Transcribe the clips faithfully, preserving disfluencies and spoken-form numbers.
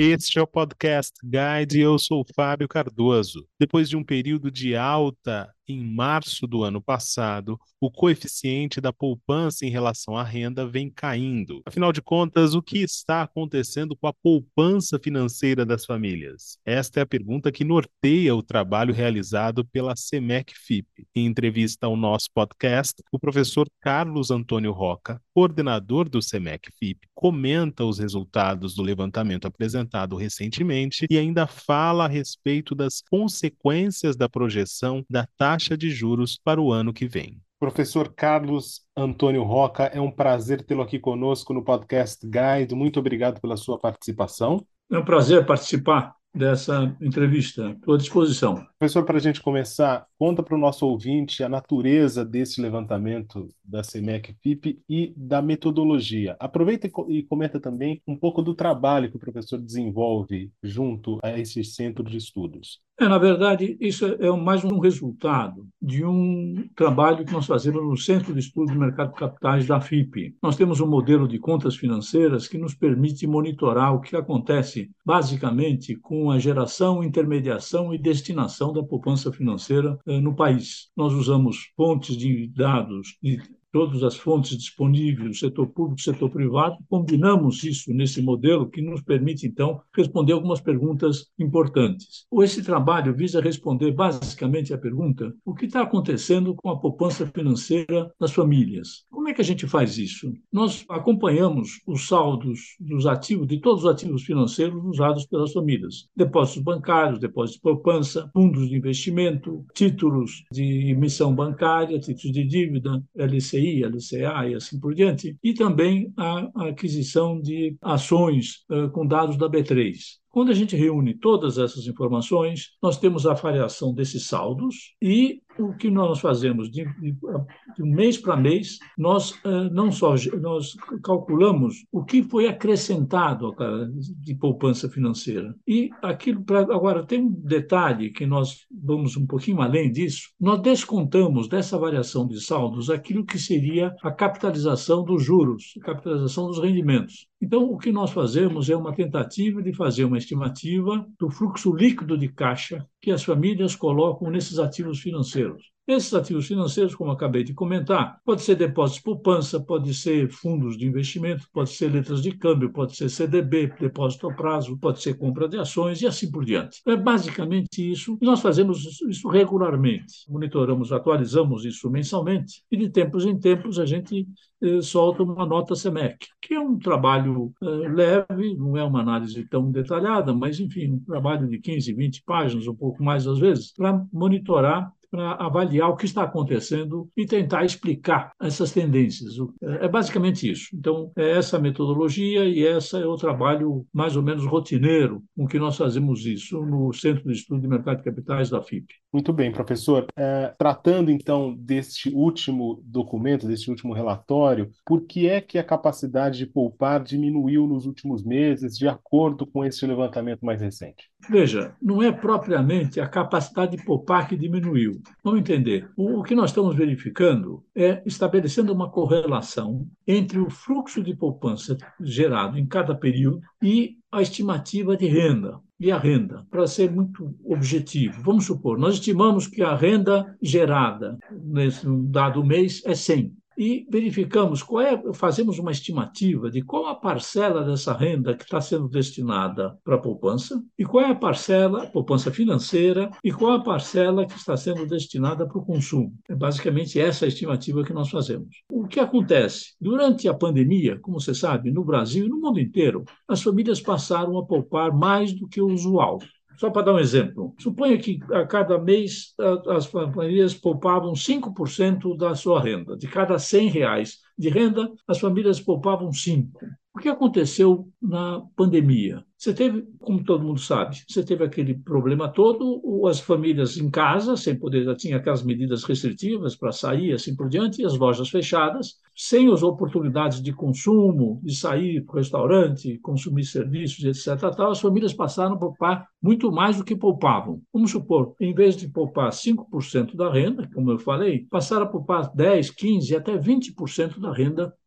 Este é o Podcast Guide e eu sou o Fábio Cardoso. Depois de um período de alta em março do ano passado, o coeficiente da poupança em relação à renda vem caindo. Afinal de contas, o que está acontecendo com a poupança financeira das famílias? Esta é a pergunta que norteia o trabalho realizado pela SEMEC-FIP. Em entrevista ao nosso podcast, o professor Carlos Antônio Roca, coordenador do SEMEC-FIP, comenta os resultados do levantamento apresentado recentemente e ainda fala a respeito das consequências da projeção da taxa de juros para o ano que vem. Professor Carlos Antônio Roca, é um prazer tê-lo aqui conosco no Podcast Guide. Muito obrigado pela sua participação. É um prazer participar dessa entrevista. Estou à disposição. Professor, para a gente começar, conta para o nosso ouvinte a natureza desse levantamento da SEMEC-FIP e da metodologia. Aproveita e comenta também um pouco do trabalho que o professor desenvolve junto a esse centro de estudos. É, na verdade, isso é mais um resultado de um trabalho que nós fazemos no Centro de Estudos do Mercado de Capitais da FIP. Nós temos um modelo de contas financeiras que nos permite monitorar o que acontece, basicamente, com a geração, intermediação e destinação da poupança financeira eh, no país. Nós usamos fontes de dados de todas as fontes disponíveis, setor público, setor privado, combinamos isso nesse modelo que nos permite, então, responder algumas perguntas importantes. Esse trabalho visa responder basicamente à pergunta: o que está acontecendo com a poupança financeira das famílias? Como é que a gente faz isso? Nós acompanhamos os saldos dos ativos, de todos os ativos financeiros usados pelas famílias. Depósitos bancários, depósitos de poupança, fundos de investimento, títulos de emissão bancária, títulos de dívida, L C I, L C A e assim por diante, e também a aquisição de ações uh, com dados da B três. Quando a gente reúne todas essas informações, nós temos a variação desses saldos e o que nós fazemos de, de, de mês para mês, nós uh, não só nós calculamos o que foi acrescentado de poupança financeira. E aquilo pra, agora tem um detalhe que nós vamos um pouquinho além disso, nós descontamos dessa variação de saldos aquilo que seria a capitalização dos juros, a capitalização dos rendimentos. Então, o que nós fazemos é uma tentativa de fazer uma estimativa do fluxo líquido de caixa que as famílias colocam nesses ativos financeiros. Esses ativos financeiros, como acabei de comentar, pode ser depósitos de poupança, pode ser fundos de investimento, pode ser letras de câmbio, pode ser C D B, depósito a prazo, pode ser compra de ações e assim por diante. É basicamente isso e nós fazemos isso regularmente. Monitoramos, atualizamos isso mensalmente e de tempos em tempos a gente eh, solta uma nota SEMEC, que é um trabalho eh, leve, não é uma análise tão detalhada, mas enfim, um trabalho de quinze, vinte páginas, um pouco mais às vezes, para monitorar, para avaliar o que está acontecendo e tentar explicar essas tendências. É basicamente isso. Então, é essa a metodologia e esse é o trabalho mais ou menos rotineiro com que nós fazemos isso no Centro de Estudo de Mercado de Capitais da FIP. Muito bem, professor. É, tratando então deste último documento, deste último relatório, por que é que a capacidade de poupar diminuiu nos últimos meses, de acordo com esse levantamento mais recente? Veja, não é propriamente a capacidade de poupar que diminuiu. Vamos entender. O, o que nós estamos verificando é estabelecendo uma correlação entre o fluxo de poupança gerado em cada período e a estimativa de renda. E a renda, para ser muito objetivo, vamos supor, nós estimamos que a renda gerada nesse dado mês é cem. E verificamos qual é, fazemos uma estimativa de qual a parcela dessa renda que está sendo destinada para a poupança e qual é a parcela, poupança financeira, e qual a parcela que está sendo destinada para o consumo. É basicamente essa a estimativa que nós fazemos. O que acontece? Durante a pandemia, como você sabe, no Brasil e no mundo inteiro, as famílias passaram a poupar mais do que o usual. Só para dar um exemplo, suponha que a cada mês as famílias poupavam cinco por cento da sua renda. De cada cem reais de renda, as famílias poupavam cinco. O que aconteceu na pandemia? Você teve, como todo mundo sabe, você teve aquele problema todo, as famílias em casa, sem poder, já tinha aquelas medidas restritivas para sair, assim por diante, e as lojas fechadas, sem as oportunidades de consumo, de sair para o restaurante, consumir serviços, etcétera tal, as famílias passaram a poupar muito mais do que poupavam. Vamos supor, em vez de poupar cinco por cento da renda, como eu falei, passaram a poupar dez, quinze, até vinte por cento da renda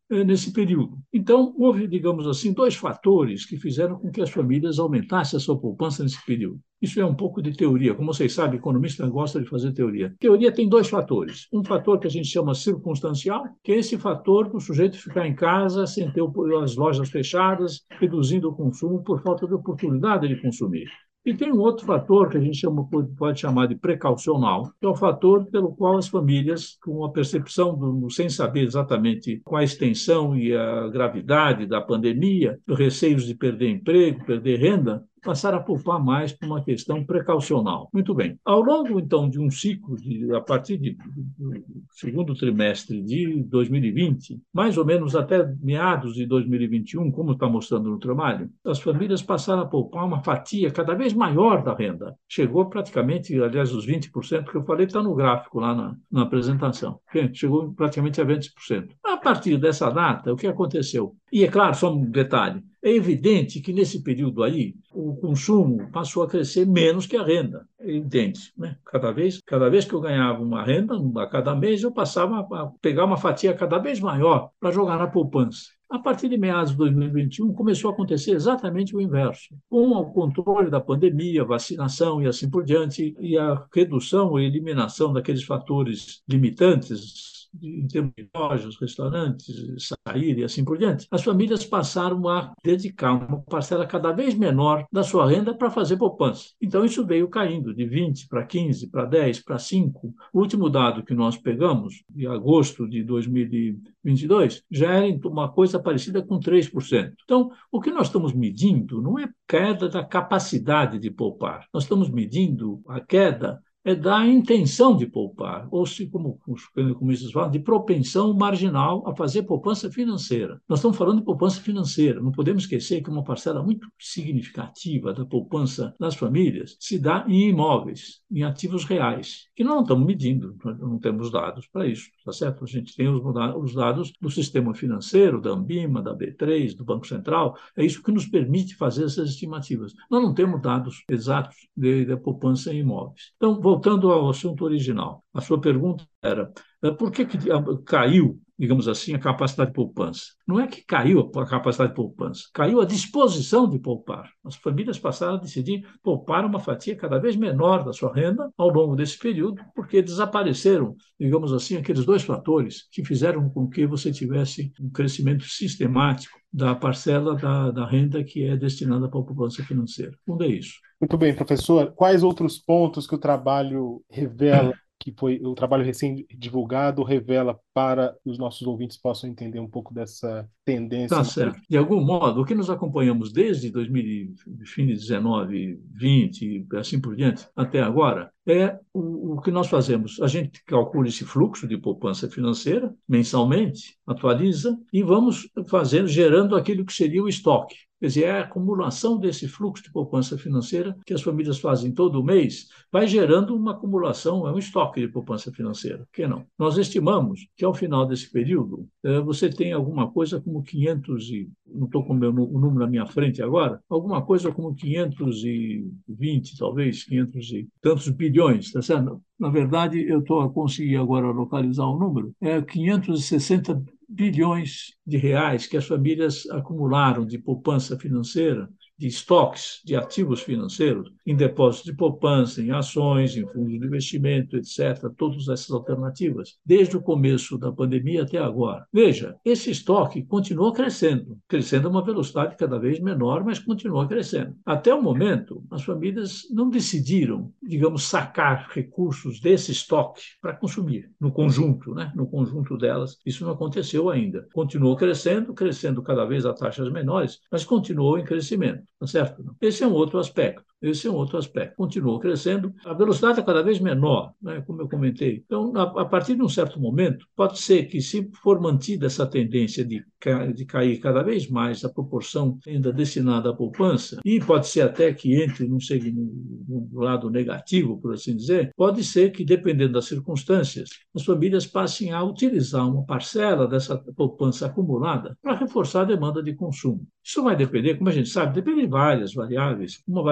nesse período. Então, houve, digamos assim, dois fatores que fizeram com que as famílias aumentassem a sua poupança nesse período. Isso é um pouco de teoria. Como vocês sabem, economista gosta de fazer teoria. Teoria tem dois fatores. Um fator que a gente chama circunstancial, que é esse fator do sujeito ficar em casa sem ter as lojas fechadas, reduzindo o consumo por falta de oportunidade de consumir. E tem um outro fator que a gente chama, pode chamar de precaucional, que é o fator pelo qual as famílias, com a percepção, do, sem saber exatamente qual a extensão e a gravidade da pandemia, receios de perder emprego, perder renda, passaram a poupar mais por uma questão precaucional. Muito bem. Ao longo, então, de um ciclo, de, a partir de, do segundo trimestre de dois mil e vinte, mais ou menos até meados de dois mil e vinte e um, como está mostrando no trabalho, as famílias passaram a poupar uma fatia cada vez maior da renda. Chegou praticamente, aliás, os vinte por cento que eu falei, está no gráfico lá na, na apresentação. Chegou praticamente a vinte por cento. A partir dessa data, o que aconteceu? E é claro, só um detalhe, é evidente que nesse período aí o consumo passou a crescer menos que a renda. É evidente, né? Cada vez, cada vez que eu ganhava uma renda, a cada mês eu passava a pegar uma fatia cada vez maior para jogar na poupança. A partir de meados de dois mil e vinte e um, começou a acontecer exatamente o inverso. Com o controle da pandemia, vacinação e assim por diante, e a redução e eliminação daqueles fatores limitantes, em termos de lojas, restaurantes, sair e assim por diante, as famílias passaram a dedicar uma parcela cada vez menor da sua renda para fazer poupança. Então, isso veio caindo de vinte para quinze, para dez, para cinco. O último dado que nós pegamos, de agosto de dois mil e vinte e dois, já era uma coisa parecida com três por cento. Então, o que nós estamos medindo não é queda da capacidade de poupar. Nós estamos medindo a queda é da intenção de poupar, ou se, como os economistas falam, de propensão marginal a fazer poupança financeira. Nós estamos falando de poupança financeira. Não podemos esquecer que uma parcela muito significativa da poupança das famílias se dá em imóveis, em ativos reais, que nós não estamos medindo, não temos dados para isso, tá certo? A gente tem os dados do sistema financeiro, da Ambima, da B três, do Banco Central, é isso que nos permite fazer essas estimativas. Nós não temos dados exatos da poupança em imóveis. Então, vou voltando ao assunto original, a sua pergunta era por que, que caiu, digamos assim, a capacidade de poupança? Não é que caiu a capacidade de poupança, caiu a disposição de poupar. As famílias passaram a decidir poupar uma fatia cada vez menor da sua renda ao longo desse período, porque desapareceram, digamos assim, aqueles dois fatores que fizeram com que você tivesse um crescimento sistemático da parcela da, da renda que é destinada para a poupança financeira. Um é isso. Muito bem, professor. Quais outros pontos que o trabalho revela, que foi o trabalho recém-divulgado, revela para os nossos ouvintes possam entender um pouco dessa tendência? Tá certo. De algum modo, o que nós acompanhamos desde dois mil e dezenove, vinte, assim por diante, até agora, é o, o que nós fazemos. A gente calcula esse fluxo de poupança financeira mensalmente, atualiza, e vamos fazendo, gerando aquilo que seria o estoque. Quer dizer, é a acumulação desse fluxo de poupança financeira que as famílias fazem todo mês, vai gerando uma acumulação, é um estoque de poupança financeira. Por que não? Nós estimamos que ao final desse período, você tem alguma coisa como quinhentos e, não estou com o, meu, o número na minha frente agora, alguma coisa como quinhentos e vinte, talvez, quinhentos e tantos bilhões, tá certo? Na verdade, eu estou a conseguir agora localizar o número, é quinhentos e sessenta bilhões de reais que as famílias acumularam de poupança financeira, de estoques de ativos financeiros, em depósitos de poupança, em ações, em fundos de investimento, etcétera, todas essas alternativas, desde o começo da pandemia até agora. Veja, esse estoque continua crescendo, crescendo a uma velocidade cada vez menor, mas continua crescendo. Até o momento, as famílias não decidiram, digamos, sacar recursos desse estoque para consumir, no conjunto, né? No conjunto delas, isso não aconteceu ainda. Continuou crescendo, crescendo cada vez a taxas menores, mas continuou em crescimento. Tá certo? Esse é um outro aspecto. Esse é um outro aspecto. Continuou crescendo, a velocidade é cada vez menor, né, como eu comentei. Então, a, a partir de um certo momento, pode ser que, se for mantida essa tendência de, de cair cada vez mais a proporção ainda destinada à poupança, e pode ser até que entre num, num lado negativo, por assim dizer, pode ser que, dependendo das circunstâncias, as famílias passem a utilizar uma parcela dessa poupança acumulada para reforçar a demanda de consumo. Isso vai depender, como a gente sabe, depende de várias variáveis. Uma variável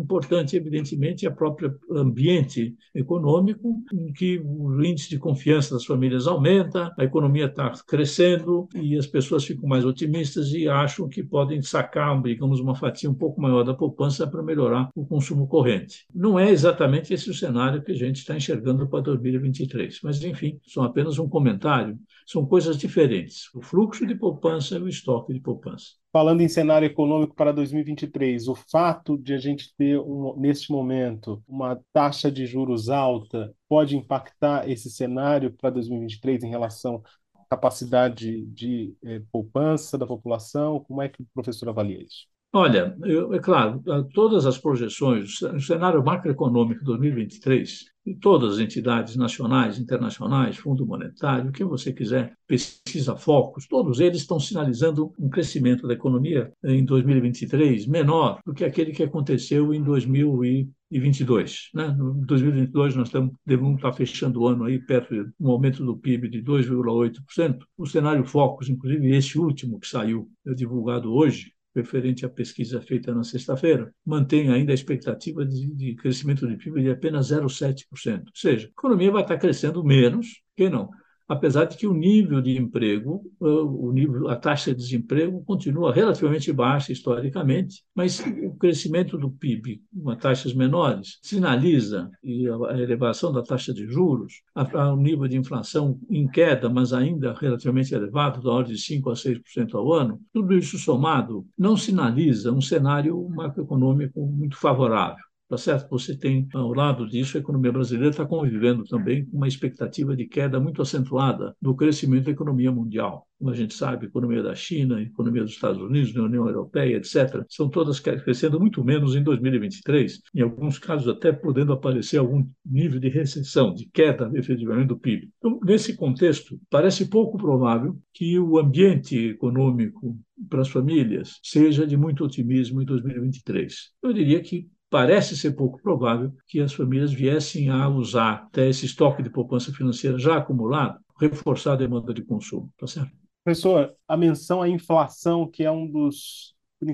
importante, evidentemente, é o próprio ambiente econômico, em que o índice de confiança das famílias aumenta, a economia está crescendo e as pessoas ficam mais otimistas e acham que podem sacar, digamos, uma fatia um pouco maior da poupança para melhorar o consumo corrente. Não é exatamente esse o cenário que a gente está enxergando para dois mil e vinte e três, mas, enfim, são apenas um comentário, são coisas diferentes, o fluxo de poupança e o estoque de poupança. Falando em cenário econômico para dois mil e vinte e três, o fato de a gente ter, um, neste momento, uma taxa de juros alta pode impactar esse cenário para dois mil e vinte e três em relação à capacidade de eh, poupança da população? Como é que o professor avalia isso? Olha, eu, é claro, todas as projeções, o cenário macroeconômico de dois mil e vinte e três, e todas as entidades nacionais, internacionais, Fundo Monetário, o que você quiser, pesquisa focos, todos eles estão sinalizando um crescimento da economia em dois mil e vinte e três menor do que aquele que aconteceu em dois mil e vinte e dois. Né? Em dois mil e vinte e dois, nós estamos, devemos estar fechando o ano aí perto de um aumento do P I B de dois vírgula oito por cento. O cenário focos, inclusive esse último que saiu, é divulgado hoje, referente à pesquisa feita na sexta-feira, mantém ainda a expectativa de, de crescimento de P I B de apenas zero vírgula sete por cento. Ou seja, a economia vai estar crescendo menos, que não? Apesar de que o nível de emprego, o nível, a taxa de desemprego continua relativamente baixa historicamente, mas o crescimento do P I B com taxas menores sinaliza e a elevação da taxa de juros, o nível de inflação em queda, mas ainda relativamente elevado, da ordem de cinco a seis por cento ao ano, tudo isso somado não sinaliza um cenário macroeconômico muito favorável. Tá certo? Você tem, ao lado disso, a economia brasileira está convivendo também com uma expectativa de queda muito acentuada do crescimento da economia mundial. Como a gente sabe, a economia da China, a economia dos Estados Unidos, da União Europeia, etcétera, são todas crescendo muito menos em dois mil e vinte e três, em alguns casos até podendo aparecer algum nível de recessão, de queda, efetivamente, do P I B. Então, nesse contexto, parece pouco provável que o ambiente econômico para as famílias seja de muito otimismo em dois mil e vinte e três. Eu diria que parece ser pouco provável que as famílias viessem a usar até esse estoque de poupança financeira já acumulado, reforçar a demanda de consumo, tá certo? Professor, a menção à inflação, que é um dos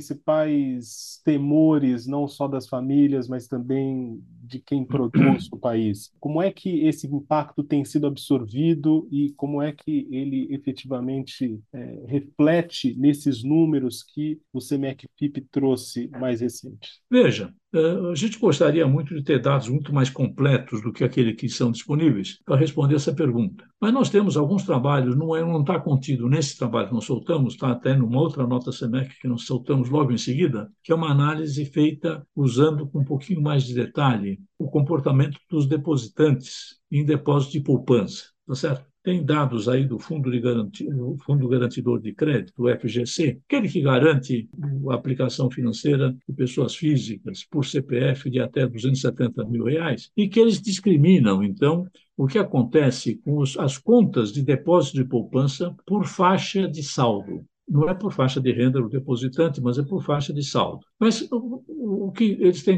principais temores, não só das famílias, mas também de quem produz no país. Como é que esse impacto tem sido absorvido e como é que ele efetivamente é, reflete nesses números que o SEMEC-F I P trouxe mais recente? Veja, a gente gostaria muito de ter dados muito mais completos do que aqueles que são disponíveis para responder essa pergunta. Mas nós temos alguns trabalhos, não, é, não está contido nesse trabalho que nós soltamos, está até numa outra nota SEMEC que nós soltamos logo em seguida, que é uma análise feita usando com um pouquinho mais de detalhe o comportamento dos depositantes em depósito de poupança, tá certo? Tem dados aí do Fundo, de Garanti... Fundo Garantidor de Crédito, o F G C, aquele que garante a aplicação financeira de pessoas físicas por C P F de até duzentos e setenta mil reais, e que eles discriminam, então, o que acontece com os, as contas de depósito de poupança por faixa de saldo. Não é por faixa de renda do depositante, mas é por faixa de saldo. Mas o, o que eles têm,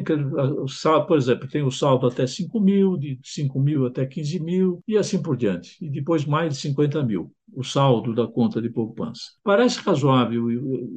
por exemplo, tem o saldo até cinco mil, de cinco mil até quinze mil e assim por diante. E depois mais de cinquenta mil, o saldo da conta de poupança. Parece razoável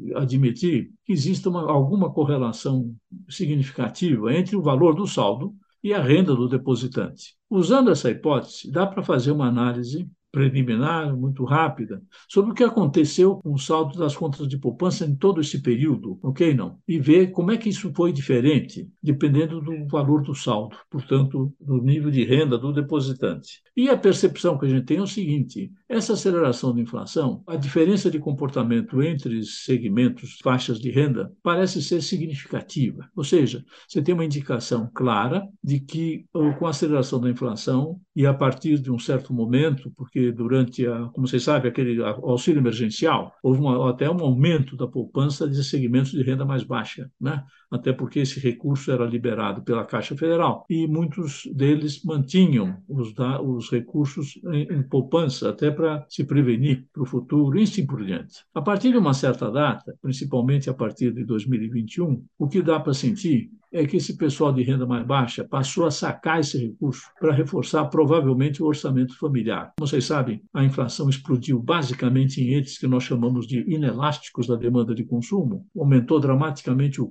admitir que exista uma, alguma correlação significativa entre o valor do saldo e a renda do depositante. Usando essa hipótese, dá para fazer uma análise preliminar, muito rápida, sobre o que aconteceu com o saldo das contas de poupança em todo esse período, ok? Não? E ver como é que isso foi diferente, dependendo do valor do saldo, portanto, do nível de renda do depositante. E a percepção que a gente tem é o seguinte: essa aceleração da inflação, a diferença de comportamento entre segmentos, faixas de renda, parece ser significativa. Ou seja, você tem uma indicação clara de que, com a aceleração da inflação, e a partir de um certo momento, porque durante, a, como vocês sabem, aquele auxílio emergencial, houve uma, até um aumento da poupança de segmentos de renda mais baixa, né? Até porque esse recurso era liberado pela Caixa Federal e muitos deles mantinham os, os recursos em, em poupança até para se prevenir para o futuro e assim por diante. A partir de uma certa data, principalmente a partir de dois mil e vinte e um, o que dá para sentir é que esse pessoal de renda mais baixa passou a sacar esse recurso para reforçar provavelmente o orçamento familiar. Como vocês sabem, a inflação explodiu basicamente em entes que nós chamamos de inelásticos da demanda de consumo, aumentou dramaticamente o custo do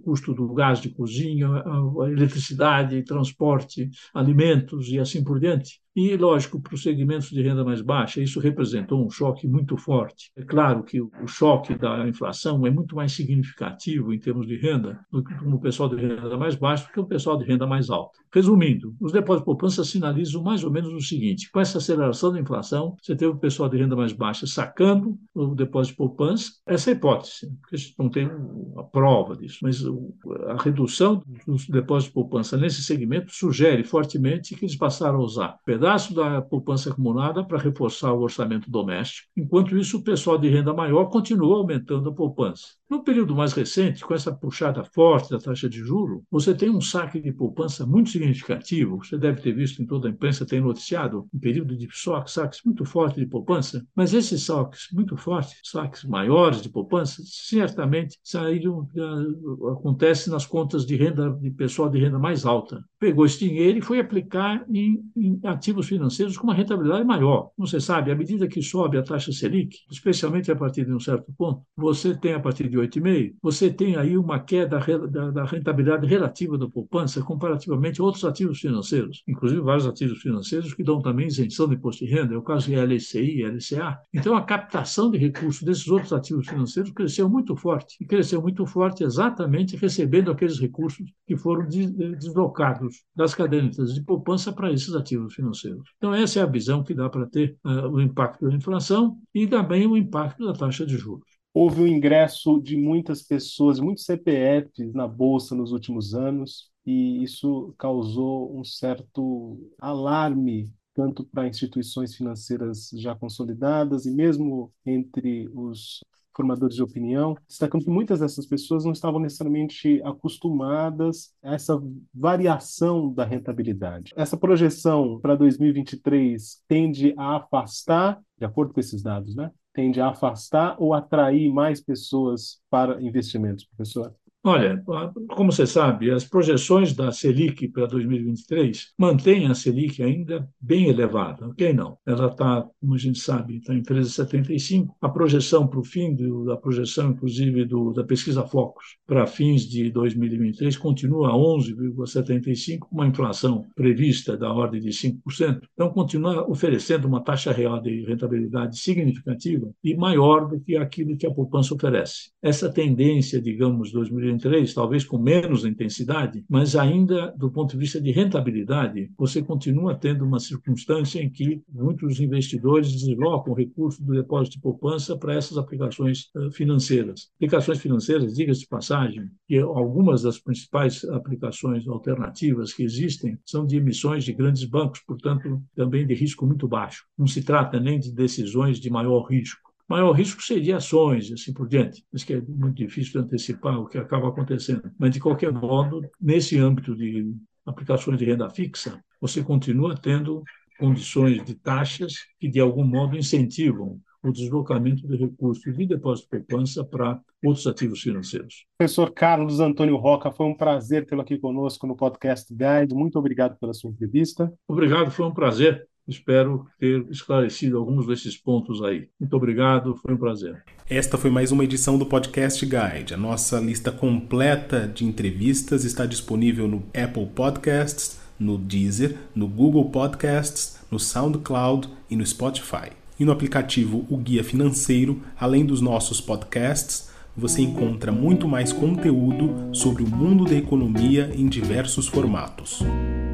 o gás de cozinha, a eletricidade, transporte, alimentos e assim por diante. E, lógico, para os segmentos de renda mais baixa, isso representou um choque muito forte. É claro que o choque da inflação é muito mais significativo em termos de renda do que no pessoal de renda mais baixa do que o pessoal de renda mais alta. Resumindo, os depósitos de poupança sinalizam mais ou menos o seguinte: com essa aceleração da inflação, você teve o pessoal de renda mais baixa sacando o depósito de poupança. Essa é a hipótese, porque a gente não tem a prova disso, mas a redução dos depósitos de poupança nesse segmento sugere fortemente que eles passaram a usar pedaço da poupança acumulada para reforçar o orçamento doméstico. Enquanto isso, o pessoal de renda maior continua aumentando a poupança. No período mais recente, com essa puxada forte da taxa de juros, você tem um saque de poupança muito significativo. Você deve ter visto em toda a imprensa, tem noticiado um período de saques muito forte de poupança, mas esses saques muito fortes, saques maiores de poupança, certamente saíram, acontece nas contas de renda de pessoal de renda mais alta. Pegou esse dinheiro e foi aplicar em, em ativos financeiros com uma rentabilidade maior. Você sabe, à medida que sobe a taxa Selic, especialmente a partir de um certo ponto, você tem a partir de oito vírgula cinco, você tem aí uma queda da, da rentabilidade relativa da poupança comparativamente a outros ativos financeiros, inclusive vários ativos financeiros que dão também isenção de imposto de renda, é o caso de L C I, L C A. Então, a captação de recursos desses outros ativos financeiros cresceu muito forte, e cresceu muito forte exatamente recebendo aqueles recursos que foram deslocados das cadernetas de poupança para esses ativos financeiros. Então, essa é a visão que dá para ter uh, o impacto da inflação e também o impacto da taxa de juros. Houve o ingresso de muitas pessoas, muitos C P Fs na Bolsa nos últimos anos, e isso causou um certo alarme, tanto para instituições financeiras já consolidadas e mesmo entre os formadores de opinião, destacando que muitas dessas pessoas não estavam necessariamente acostumadas a essa variação da rentabilidade. Essa projeção para dois mil e vinte e três tende a afastar, de acordo com esses dados, né? Tende a afastar ou atrair mais pessoas para investimentos, professor? Olha, como você sabe, as projeções da Selic para dois mil e vinte e três mantêm a Selic ainda bem elevada, ok? Não. Ela está, como a gente sabe, está em treze vírgula setenta e cinco. A projeção para o fim do, da projeção, inclusive, do, da pesquisa Focus para fins de dois mil e vinte e três continua a onze vírgula setenta e cinco, com uma inflação prevista da ordem de cinco por cento. Então, continua oferecendo uma taxa real de rentabilidade significativa e maior do que aquilo que a poupança oferece. Essa tendência, digamos, dois mil e vinte e três, talvez com menos intensidade, mas ainda do ponto de vista de rentabilidade, você continua tendo uma circunstância em que muitos investidores deslocam recursos do depósito de poupança para essas aplicações financeiras. Aplicações financeiras, diga-se de passagem, que algumas das principais aplicações alternativas que existem são de emissões de grandes bancos, portanto, também de risco muito baixo. Não se trata nem de decisões de maior risco. Maior risco seria ações e assim por diante, mas que é muito difícil de antecipar o que acaba acontecendo. Mas, de qualquer modo, nesse âmbito de aplicações de renda fixa, você continua tendo condições de taxas que, de algum modo, incentivam o deslocamento de recursos de depósito de poupança para outros ativos financeiros. Professor Carlos Antônio Roca, foi um prazer tê-lo aqui conosco no Podcast Guide. Muito obrigado pela sua entrevista. Obrigado, foi um prazer. Espero ter esclarecido alguns desses pontos aí. Muito obrigado, foi um prazer. Esta foi mais uma edição do Podcast Guide. A nossa lista completa de entrevistas está disponível no Apple Podcasts, no Deezer, no Google Podcasts, no SoundCloud e no Spotify. E no aplicativo O Guia Financeiro, além dos nossos podcasts, você encontra muito mais conteúdo sobre o mundo da economia em diversos formatos.